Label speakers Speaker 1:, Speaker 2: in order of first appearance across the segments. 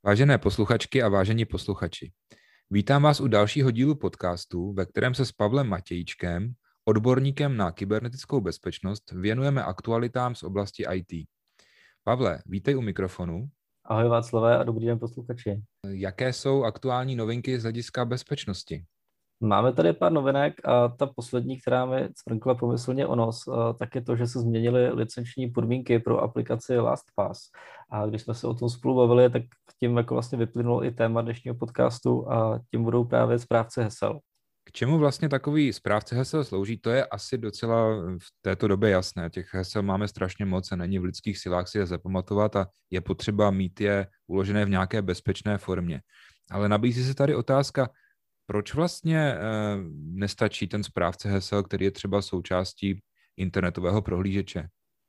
Speaker 1: Vážené posluchačky a vážení posluchači, vítám vás u dalšího dílu podcastu, ve kterém se s Pavlem Matějíčkem, odborníkem na kybernetickou bezpečnost, věnujeme aktualitám z oblasti IT. Pavle, vítej u mikrofonu.
Speaker 2: Ahoj Václavé a dobrý den posluchači.
Speaker 1: Jaké jsou aktuální novinky z hlediska bezpečnosti?
Speaker 2: Máme tady pár novinek a ta poslední, která mi cvrkla pomyslně o nos, tak je to, že se změnily licenční podmínky pro aplikaci LastPass. A když jsme se o tom spolu bavili, tak tím jako vlastně vyplynulo i téma dnešního podcastu a tím budou právě správci hesel.
Speaker 1: K čemu vlastně takový správce hesel slouží, to je asi docela v této době jasné. Těch hesel máme strašně moc a není v lidských silách si je zapamatovat a je potřeba mít je uložené v nějaké bezpečné formě. Ale nabízí se tady otázka, proč vlastně nestačí ten správce hesel, který je třeba součástí internetového prohlížeče?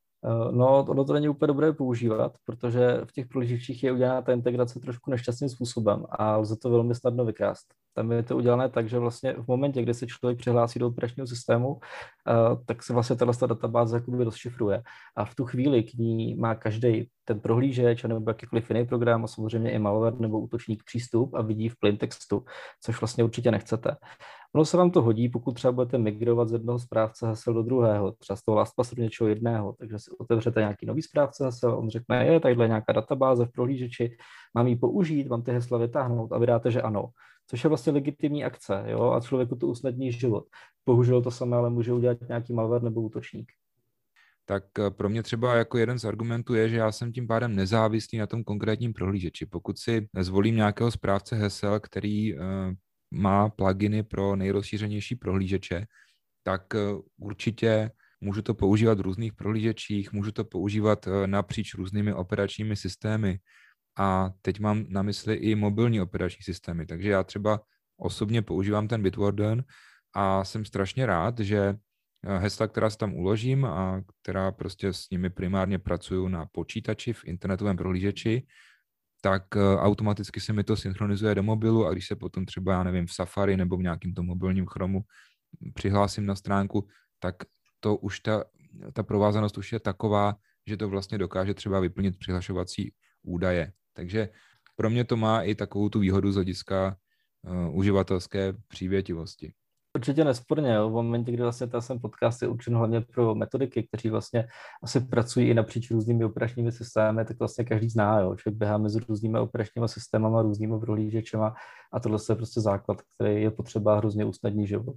Speaker 2: No, ono to není úplně dobré používat, protože v těch prohlížečích je udělána ta integrace trošku nešťastným způsobem a lze to velmi snadno vykrást. Tam je to udělané tak, že vlastně v momentě, kdy se člověk přihlásí do operačního systému, tak se vlastně tato databáze jakoby rozšifruje. A v tu chvíli k ní má každý ten prohlížeč nebo jakýkoliv jiný program a samozřejmě i malware nebo útočník přístup a vidí v plain textu, což vlastně určitě nechcete. Ono se vám to hodí, pokud třeba budete migrovat z jednoho správce hesel do druhého, třeba z toho LastPassu do něčeho jiného, takže si otevřete nějaký nový správce hesel, on řekne, je tadyhle nějaká databáze v prohlížeči, mám ji použít, mám ty hesla vytáhnout a vy dáte, že ano, což je vlastně legitimní akce, jo, a člověku to usnadní život. Bohužel to samé ale může udělat nějaký malware nebo útočník.
Speaker 1: Tak pro mě třeba jako jeden z argumentů je, že já jsem tím pádem nezávislý na tom konkrétním prohlížeči. Pokud si zvolím nějakého správce hesel, který má pluginy pro nejrozšířenější prohlížeče, tak určitě můžu to používat v různých prohlížečích, můžu to používat napříč různými operačními systémy a teď mám na mysli i mobilní operační systémy. Takže já třeba osobně používám ten Bitwarden a jsem strašně rád, že hesla, která se tam uložím a která prostě s nimi primárně pracuju na počítači v internetovém prohlížeči, tak automaticky se mi to synchronizuje do mobilu a když se potom třeba, já nevím, v Safari nebo v nějakým tom mobilním Chromu přihlásím na stránku, tak to už ta provázanost už je taková, že to vlastně dokáže třeba vyplnit přihlašovací údaje. Takže pro mě to má i takovou tu výhodu z hlediska uživatelské přívětivosti.
Speaker 2: Určitě nesporně, jo. V momentě, kdy vlastně ten podcast je určen hlavně pro metodiky, kteří vlastně asi pracují i napříč různými operačními systémy, tak vlastně každý zná, jo. Člověk běhá mezi různými operačními systémama, různými prohlížečema a tohle je prostě základ, který je potřeba hrozně usnadnit život.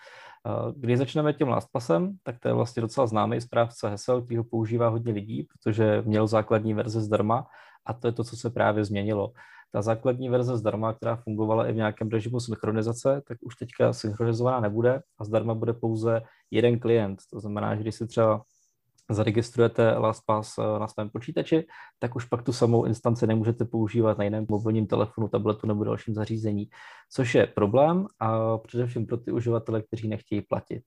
Speaker 2: Když začneme tím LastPassem, tak to je vlastně docela známý správce hesel, který ho používá hodně lidí, protože měl základní verze zdarma a to je to, co se právě změnilo. Ta základní verze zdarma, která fungovala i v nějakém režimu synchronizace, tak už teďka synchronizovaná nebude a zdarma bude pouze jeden klient. To znamená, že když si třeba zaregistrujete LastPass na svém počítači, tak už pak tu samou instanci nemůžete používat na jiném mobilním telefonu, tabletu nebo dalším zařízení, což je problém a především pro ty uživatele, kteří nechtějí platit.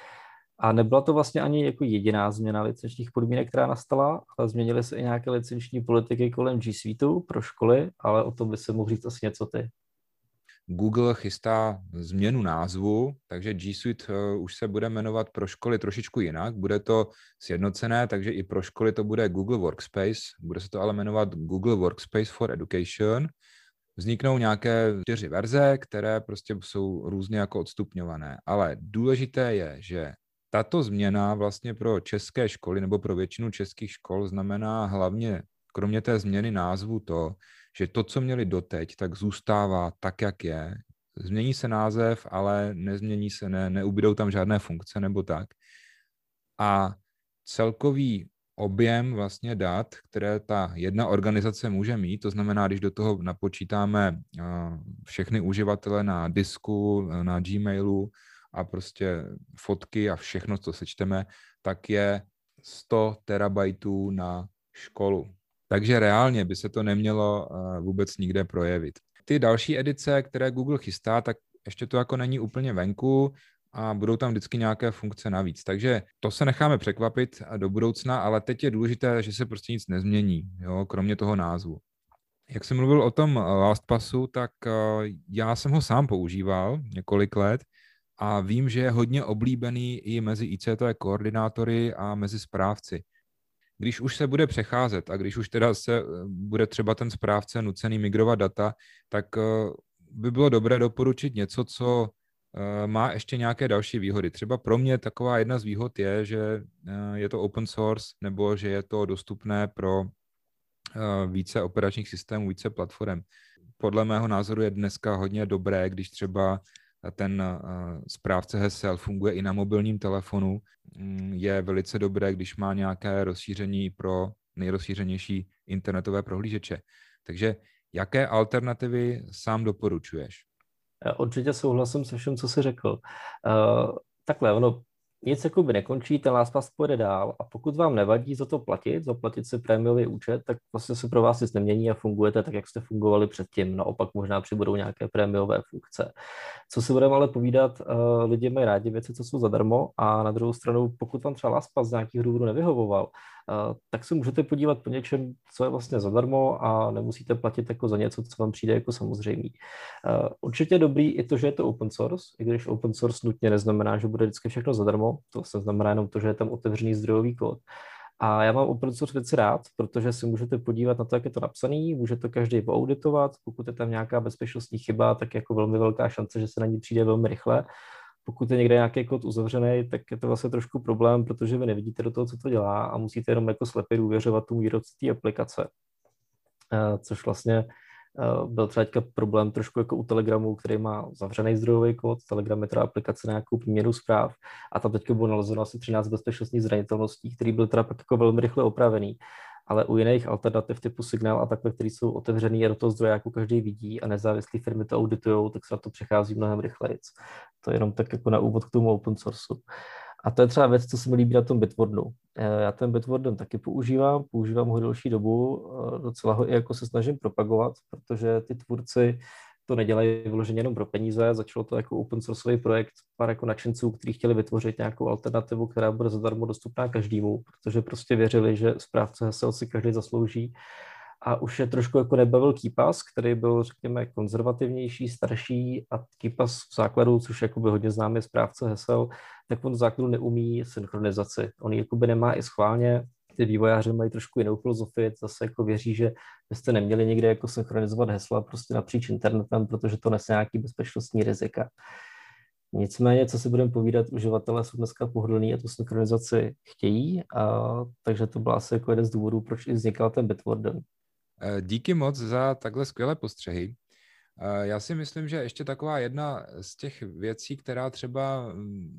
Speaker 2: A nebyla to vlastně ani jako jediná změna licenčních podmínek, která nastala, ale změnily se i nějaké licenční politiky kolem G Suiteu pro školy, ale o tom by se mohl říct asi něco ty.
Speaker 1: Google chystá změnu názvu, takže G Suite už se bude jmenovat pro školy trošičku jinak. Bude to sjednocené, takže i pro školy to bude Google Workspace. Bude se to ale jmenovat Google Workspace for Education. Vzniknou nějaké 4 verze, které prostě jsou různě jako odstupňované. Ale důležité je, že tato změna vlastně pro české školy nebo pro většinu českých škol znamená hlavně, kromě té změny názvu, to, že to, co měli doteď, tak zůstává tak, jak je. Změní se název, ale nezmění se, neubydou tam žádné funkce nebo tak. A celkový objem vlastně dat, které ta jedna organizace může mít, to znamená, když do toho napočítáme všechny uživatele na disku, na Gmailu a prostě fotky a všechno, co sečteme, tak je 100 terabajtů na školu. Takže reálně by se to nemělo vůbec nikde projevit. Ty další edice, které Google chystá, tak ještě to jako není úplně venku a budou tam vždycky nějaké funkce navíc. Takže to se necháme překvapit do budoucna, ale teď je důležité, že se prostě nic nezmění, jo, kromě toho názvu. Jak jsem mluvil o tom LastPassu, tak já jsem ho sám používal několik let a vím, že je hodně oblíbený i mezi ICT koordinátory a mezi správci. když už se bude přecházet a když už teda se bude třeba ten správce nucený migrovat data, tak by bylo dobré doporučit něco, co má ještě nějaké další výhody. Třeba pro mě taková jedna z výhod je, že je to open source nebo že je to dostupné pro více operačních systémů, více platform. Podle mého názoru je dneska hodně dobré, když třeba ten správce hesel funguje i na mobilním telefonu. Je velice dobré, když má nějaké rozšíření pro nejrozšířenější internetové prohlížeče. Takže jaké alternativy sám doporučuješ?
Speaker 2: Já určitě souhlasím se všem, co jsi řekl. Takhle, ono nic jakoby nekončí, ten LastPass pojede dál a pokud vám nevadí za to zaplatit si prémiový účet, tak vlastně se pro vás nic nemění a fungujete tak, jak jste fungovali předtím. Naopak možná přibudou nějaké prémiové funkce. Co si budeme ale povídat, lidi mají rádi věci, co jsou zadarmo a na druhou stranu, pokud vám třeba LastPass z nějakých důvodů nevyhovoval, tak se můžete podívat po něčem, co je vlastně zadarmo a nemusíte platit jako za něco, co vám přijde jako samozřejmý. Určitě je dobrý i to, že je to open source, i když open source nutně neznamená, že bude vždycky všechno zadarmo, to se znamená jenom to, že je tam otevřený zdrojový kód. A já mám open source věci rád, protože si můžete podívat na to, jak je to napsaný, může to každý auditovat, pokud je tam nějaká bezpečnostní chyba, tak jako velmi velká šance, že se na ní přijde velmi rychle. Pokud je někde nějaký kód uzavřený, tak je to vlastně trošku problém, protože vy nevidíte do toho, co to dělá a musíte jenom jako slepě důvěřovat tomu výrobci té aplikace. Což vlastně byl třeba teďka problém trošku jako u Telegramu, který má zavřený zdrojový kód. Telegram je teda aplikace na nějakou výměnu zpráv a tam teďka bylo nalezeno asi 13 bezpečnostních zranitelností, které byly teda pak jako velmi rychle opravený. Ale u jiných alternativ typu Signál a takhle, které jsou otevřený a do toho zdroje jako každý vidí a nezávislé firmy to auditujou, tak se na to přechází mnohem rychleji. To je jenom tak jako na úvod k tomu open sourceu. A to je třeba věc, co se mi líbí na tom Bitwardenu. Já ten Bitwarden taky používám ho delší dobu, docela ho i jako se snažím propagovat, protože ty tvůrci to nedělají vyloženě jenom pro peníze, začalo to jako open sourceový projekt, pár jako nadšenců, kteří chtěli vytvořit nějakou alternativu, která bude zadarmo dostupná každému, protože prostě věřili, že správce hesel si každý zaslouží. A už je trošku jako nebavil KeePass, který byl, řekněme, konzervativnější, starší a KeePass v základu, což jakoby hodně známý správce hesel, tak on v základu neumí synchronizaci. On ji jakoby nemá i schválně, ty vývojáři mají trošku jinou filozofii, zase jako věří, že byste neměli někde jako synchronizovat hesla prostě napříč internetem, protože to nese nějaký bezpečnostní rizika. Nicméně, co si budeme povídat, uživatelé jsou dneska pohodlní a tu synchronizaci chtějí, takže to byl asi jako jeden z důvodů, proč i vznikal ten Bitwarden.
Speaker 1: Díky moc za takhle skvělé postřehy. Já si myslím, že ještě taková jedna z těch věcí, která třeba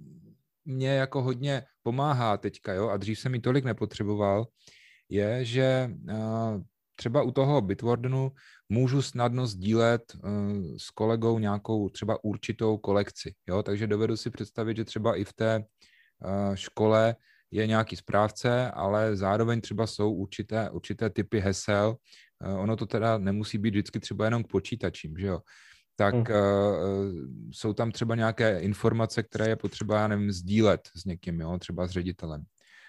Speaker 1: mě jako hodně pomáhá teďka, jo, a dřív jsem ji tolik nepotřeboval, je, že třeba u toho Bitwardenu můžu snadno sdílet s kolegou nějakou třeba určitou kolekci, jo, takže dovedu si představit, že třeba i v té škole je nějaký správce, ale zároveň třeba jsou určité typy hesel. Ono to teda nemusí být vždycky třeba jenom k počítačím, že jo. Tak jsou tam třeba nějaké informace, které je potřeba, já nevím, sdílet s někým, jo, třeba s ředitelem.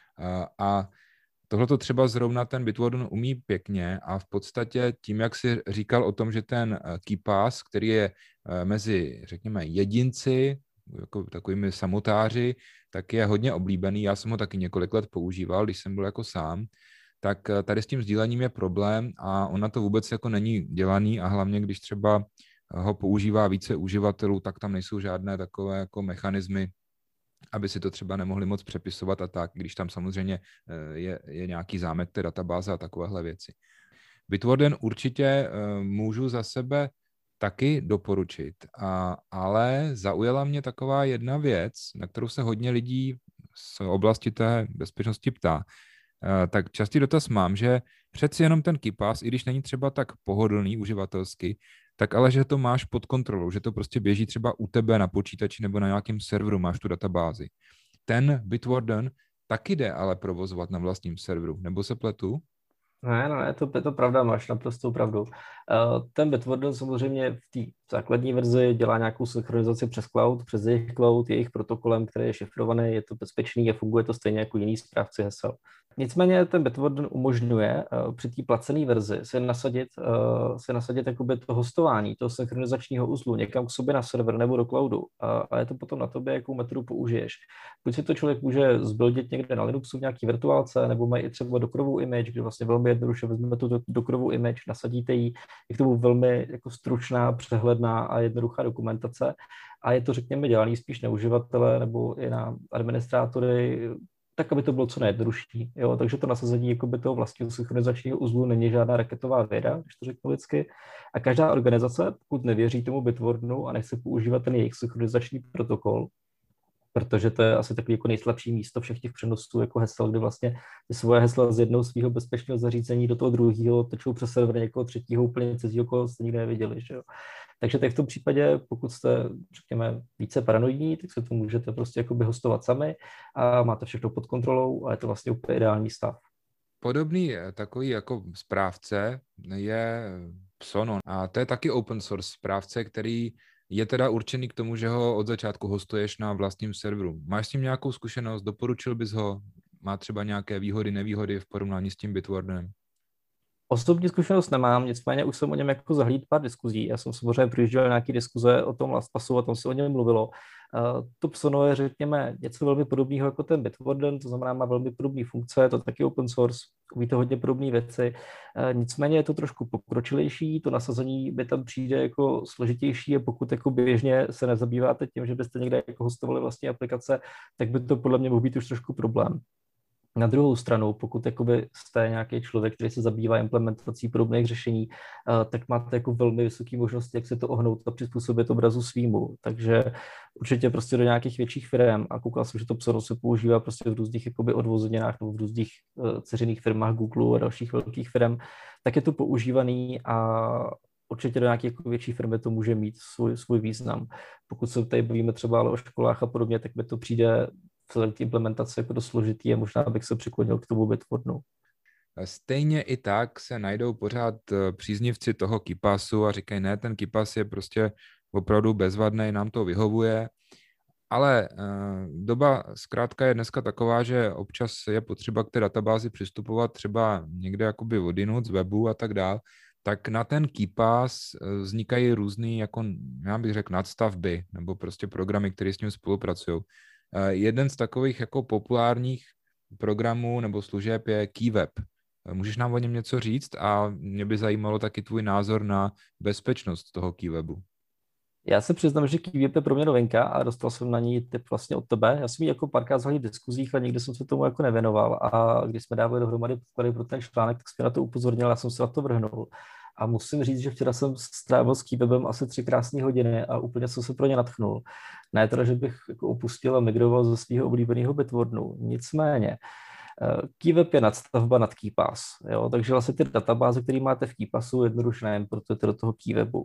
Speaker 1: A tohleto třeba zrovna ten Bitwarden umí pěkně a v podstatě tím, jak jsi říkal o tom, že ten KeePass, který je mezi, řekněme, jedinci, jako takovými samotáři, tak je hodně oblíbený. Já jsem ho taky několik let používal, když jsem byl jako sám, tak tady s tím sdílením je problém a on na to vůbec jako není dělaný a hlavně, když třeba ho používá více uživatelů, tak tam nejsou žádné takové jako mechanismy, aby si to třeba nemohli moc přepisovat a tak, když tam samozřejmě je nějaký zámek té databáze a takovéhle věci. Bitwarden určitě můžu za sebe taky doporučit, ale zaujala mě taková jedna věc, na kterou se hodně lidí z oblasti té bezpečnosti ptá. Tak častý dotaz mám, že přeci jenom ten KeePass, i když není třeba tak pohodlný uživatelsky, tak ale že to máš pod kontrolou, že to prostě běží třeba u tebe na počítači nebo na nějakém serveru, máš tu databázi. Ten Bitwarden taky jde ale provozovat na vlastním serveru, nebo se pletu?
Speaker 2: Ne, to je to pravda, máš naprostou pravdu. Ten Bitwarden samozřejmě v té základní verzi dělá nějakou synchronizaci přes cloud, přes jejich cloud, jejich protokolem, který je šifrovaný, je to bezpečný a funguje to stejně jako jiný správci hesel. Nicméně ten Bitwarden umožňuje při té placené verzi si nasadit jakoby to hostování, toho synchronizačního uzlu někam k sobě na server nebo do cloudu. A je to potom na tobě, jakou metodu použiješ. Buď si to člověk může zbuildit někde na Linuxu v nějaký virtuálce, nebo mají i třeba dokrovou image, kde vlastně velmi jednoduše vezmeme tu dokrovou image, nasadíte ji, je k tomu velmi jako stručná, přehledná a jednoduchá dokumentace. A je to, řekněme, dělaný spíš na uživatele nebo i na administrátory, tak, aby to bylo co nejjednodušší. Jo? Takže to nasazení jakoby toho vlastního synchronizačního uzlu není žádná raketová věda, když to řeknu lidsky. A každá organizace, pokud nevěří tomu Bitwardenu a nechce používat ten jejich synchronizační protokol, protože to je asi takový jako nejslabší místo všech těch přenosů jako hesel, kdy vlastně ty svoje hesla z jednoho svého bezpečného zařízení do toho druhého tečou přes server někoho třetího úplně cizího, koho jste nikdy neviděli. Že jo? Takže tak v tom případě, pokud jste, řekněme, více paranoidní, tak se to můžete prostě jakoby hostovat sami a máte všechno pod kontrolou a je to vlastně úplně ideální stav.
Speaker 1: Podobný takový jako správce je Psonon a to je taky open source správce, který je teda určený k tomu, že ho od začátku hostuješ na vlastním serveru. Máš s tím nějakou zkušenost? Doporučil bys ho? Má třeba nějaké výhody, nevýhody v porovnání s tím Bitwardenem?
Speaker 2: Osobní zkušenost nemám, nicméně už jsem o něm jako zahlídl pár diskuzí. Já jsem samozřejmě projížděl nějaké diskuze o tom LastPassu a tam se o něm mluvilo. To Psono je, řekněme, něco velmi podobného jako ten Bitwarden, to znamená, má velmi podobné funkce, je to taky open source, umí to hodně podobné věci. Nicméně je to trošku pokročilejší, to nasazení by tam přijde jako složitější a pokud jako běžně se nezabýváte tím, že byste někde jako hostovali vlastní aplikace, tak by to podle mě mohl být už trošku problém. Na druhou stranu, pokud jakoby jste nějaký člověk, který se zabývá implementací podobných řešení, tak máte jako velmi vysoké možnosti, jak se to ohnout a přizpůsobit obrazu svýmu. Takže určitě prostě do nějakých větších firm, a koukal jsem, že to Psono se používá prostě v různých jakoby odvozeninách nebo v různých dceřiných firmách Google a dalších velkých firm, tak je to používaný a určitě do nějaké jako větší firmy to může mít svůj význam. Pokud se tady bavíme třeba ale o školách a podobně, tak mi to přijde celé ty implementace jako dost složitý a možná bych se přiklonil k tomu Bitwardenu.
Speaker 1: Stejně i tak se najdou pořád příznivci toho KeePassu a říkají, ne, ten KeePass je prostě opravdu bezvadný, nám to vyhovuje, ale doba zkrátka je dneska taková, že občas je potřeba k té databázi přistupovat třeba někde jakoby odinut z webu a tak dál, tak na ten KeePass vznikají různý, jako já bych řekl, nadstavby nebo prostě programy, které s ním spolupracují. Jeden z takových jako populárních programů nebo služeb je KeyWeb. Můžeš nám o něm něco říct a mě by zajímalo taky tvůj názor na bezpečnost toho KeyWebu.
Speaker 2: Já se přiznám, že KeyWeb je pro mě novinka a dostal jsem na ní tip vlastně od tebe. Já jsem ji jako párkrát zahlídl v diskuzích, ale nikdy jsem se tomu jako nevěnoval a když jsme dávali dohromady podklady pro ten článek, tak jsem na to upozornil, já jsem se na to vrhnul. A musím říct, že včera jsem strávil s KeyWebem asi 3 krásné hodiny a úplně jsem se pro ně nadchnul. Ne teda, že bych jako opustil a migroval ze svého oblíbeného Bitwardenu. Nicméně, KeyWeb je nadstavba nad KeePass, jo? Takže vlastně ty databáze, které máte v KeePassu, jednoduše neimportujete do toho KeyWebu.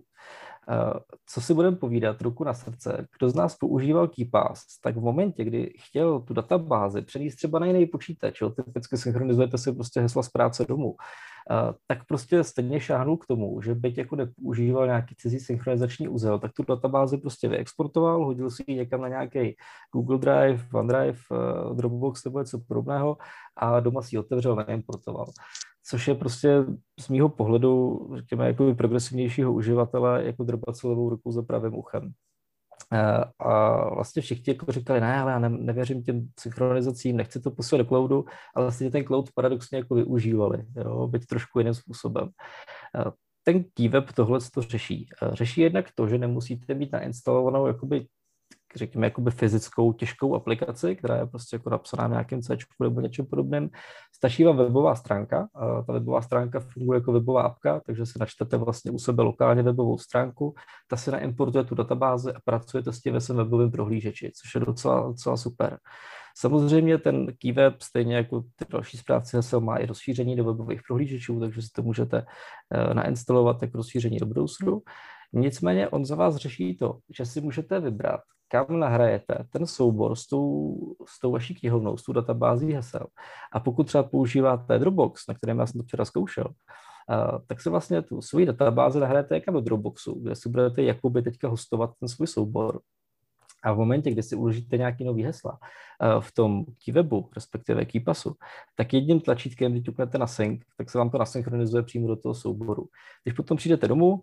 Speaker 2: Co si budeme povídat, ruku na srdce, kdo z nás používal KeePass, tak v momentě, kdy chtěl tu databázi přenést třeba na jiný počítač, jo? Typicky synchronizujete si prostě hesla z práce domů, tak prostě stejně šáhnul k tomu, že byť jako nepoužíval nějaký cizí synchronizační uzel, tak tu databázi prostě vyexportoval, hodil si ji někam na nějaký Google Drive, OneDrive, Dropbox nebo něco podobného a doma si ji otevřel a neimportoval. Což je prostě z mýho pohledu, řekněme, jako progresivnějšího uživatele, jako drbat se levou rukou za pravým uchem. A vlastně všichni jako říkali, ne, ale já nevěřím těm synchronizacím, nechci to poslat do cloudu, ale vlastně ten cloud paradoxně jako využívali, jo, byť trošku jiným způsobem. Ten KeyWeb tohle to řeší. Řeší jednak to, že nemusíte mít nainstalovanou jakoby, řekněme, jakoby fyzickou těžkou aplikaci, která je prostě jako napsaná v nějakém C nebo něčem podobném. Stačí vám webová stránka. Ta webová stránka funguje jako webová apka, takže si načtete vlastně u sebe lokálně webovou stránku, ta si naimportuje tu databázi a pracujete s tím ve svém webovém prohlížeči, což je docela super. Samozřejmě ten KeyWeb, stejně jako ty další správci hesel, má i rozšíření do webových prohlížečů, takže si to můžete nainstalovat jako rozšíření do browseru. Nicméně on za vás řeší to, že si můžete vybrat, kam nahrajete ten soubor s tou vaší knihovnou, s tou databází hesel. A pokud třeba používáte Dropbox, na kterém já jsem to včera zkoušel, tak se vlastně tu svoji databázi nahrajete někam do Dropboxu, kde si budete jakoby teďka hostovat ten svůj soubor. A v momentě, kdy si uložíte nějaký nový hesla v tom keywebu, respektive keypassu, tak jedním tlačítkem, když ťuknete na sync, tak se vám to nasynchronizuje přímo do toho souboru. Když potom přijdete domů,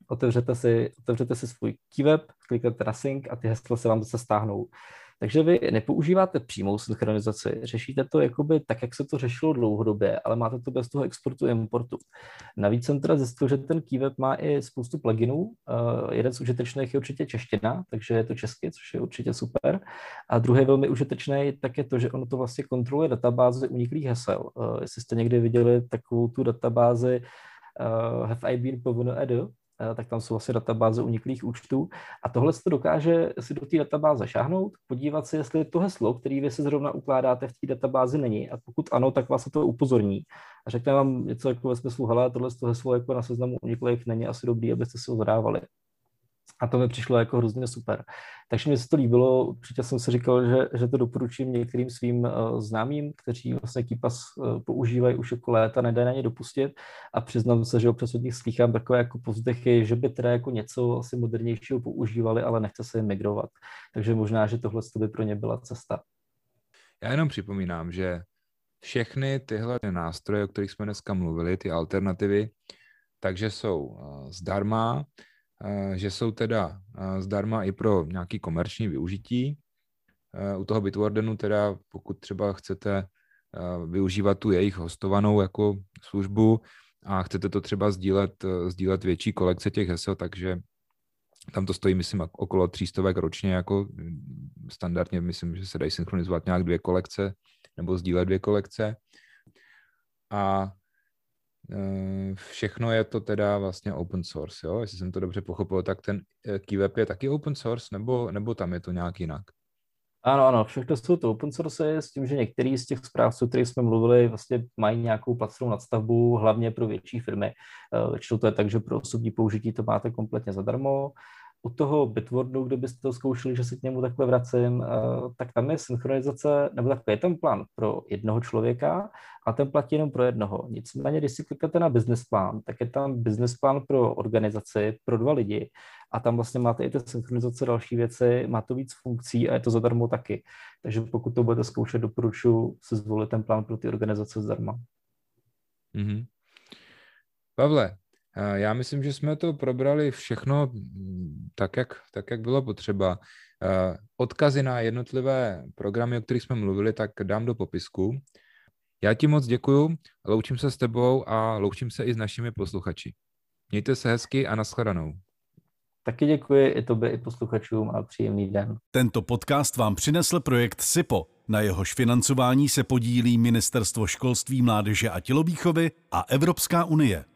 Speaker 2: otevřete si svůj keyweb, kliknete na sync a ty hesla se vám zase stáhnou. Takže vy nepoužíváte přímou synchronizaci, řešíte to jakoby tak, jak se to řešilo dlouhodobě, ale máte to bez toho exportu a importu. Navíc jsem teda zjistil, že ten keyweb má i spoustu pluginů. Jeden z užitečných je určitě čeština, takže je to česky, což je určitě super. A druhý velmi užitečný tak je to, že ono to vlastně kontroluje databázi uniklých hesel. Jestli jste někdy viděli takovou tu databázi Have I Been Proven Edu, tak tam jsou vlastně databáze uniklých účtů a tohle se to dokáže si do té databáze šáhnout, podívat se, jestli to heslo, který vy si zrovna ukládáte v té databázi není a pokud ano, tak vás to upozorní a řekne vám něco jako ve smyslu, hele, tohle heslo jako na seznamu uniklých není asi dobrý, abyste si ho zadávali. A to mi přišlo jako hrozně super. Takže mi se to líbilo, určitě jsem si říkal, že to doporučím některým svým známým, kteří vlastně KeePass používají už jako léta, nedá na ně dopustit a přiznám se, že občas od nich slýchám takové jako povzdechy, že by teda jako něco asi modernějšího používali, ale nechce se jim migrovat. Takže možná, že tohle by pro ně byla cesta.
Speaker 1: Já jenom připomínám, že všechny tyhle nástroje, o kterých jsme dneska mluvili, ty alternativy, takže jsou zdarma, že jsou teda zdarma i pro nějaký komerční využití. U toho Bitwardenu teda, pokud třeba chcete využívat tu jejich hostovanou jako službu a chcete to třeba sdílet větší kolekce těch hesel, takže tam to stojí, myslím, okolo 300 ročně, jako standardně myslím, že se dají synchronizovat nějak 2 kolekce nebo sdílet 2 kolekce. A všechno je to teda vlastně open source, jo? Jestli jsem to dobře pochopil, tak ten keyweb je taky open source, nebo tam je to nějak jinak?
Speaker 2: Ano, všechno jsou to open source s tím, že některý z těch správců, o kterých jsme mluvili, vlastně mají nějakou placenou nadstavbu, hlavně pro větší firmy. Většinou to je tak, že pro osobní použití to máte kompletně zadarmo. U toho Bitwardu, kdybyste to zkoušeli, že se k němu takhle vracím, tak tam je synchronizace, nebo takhle je tam plán pro jednoho člověka a ten platí jenom pro jednoho. Nicméně, když si kliknete na business plán, tak je tam business plán pro organizaci, pro 2 lidi a tam vlastně máte i ty synchronizace, další věci, má to víc funkcí a je to zadarmo taky. Takže pokud to budete zkoušet, doporučuji si zvolit ten plán pro ty organizace zdarma.
Speaker 1: Mm-hmm. Pavle, já myslím, že jsme to probrali všechno tak, jak bylo potřeba. Odkazy na jednotlivé programy, o kterých jsme mluvili, tak dám do popisku. Já ti moc děkuju, loučím se s tebou a loučím se i s našimi posluchači. Mějte se hezky a nashledanou.
Speaker 2: Taky děkuji i tobě, i posluchačům a příjemný den.
Speaker 3: Tento podcast vám přinesl projekt SIPO. Na jehož financování se podílí Ministerstvo školství, mládeže a tělovýchovy a Evropská unie.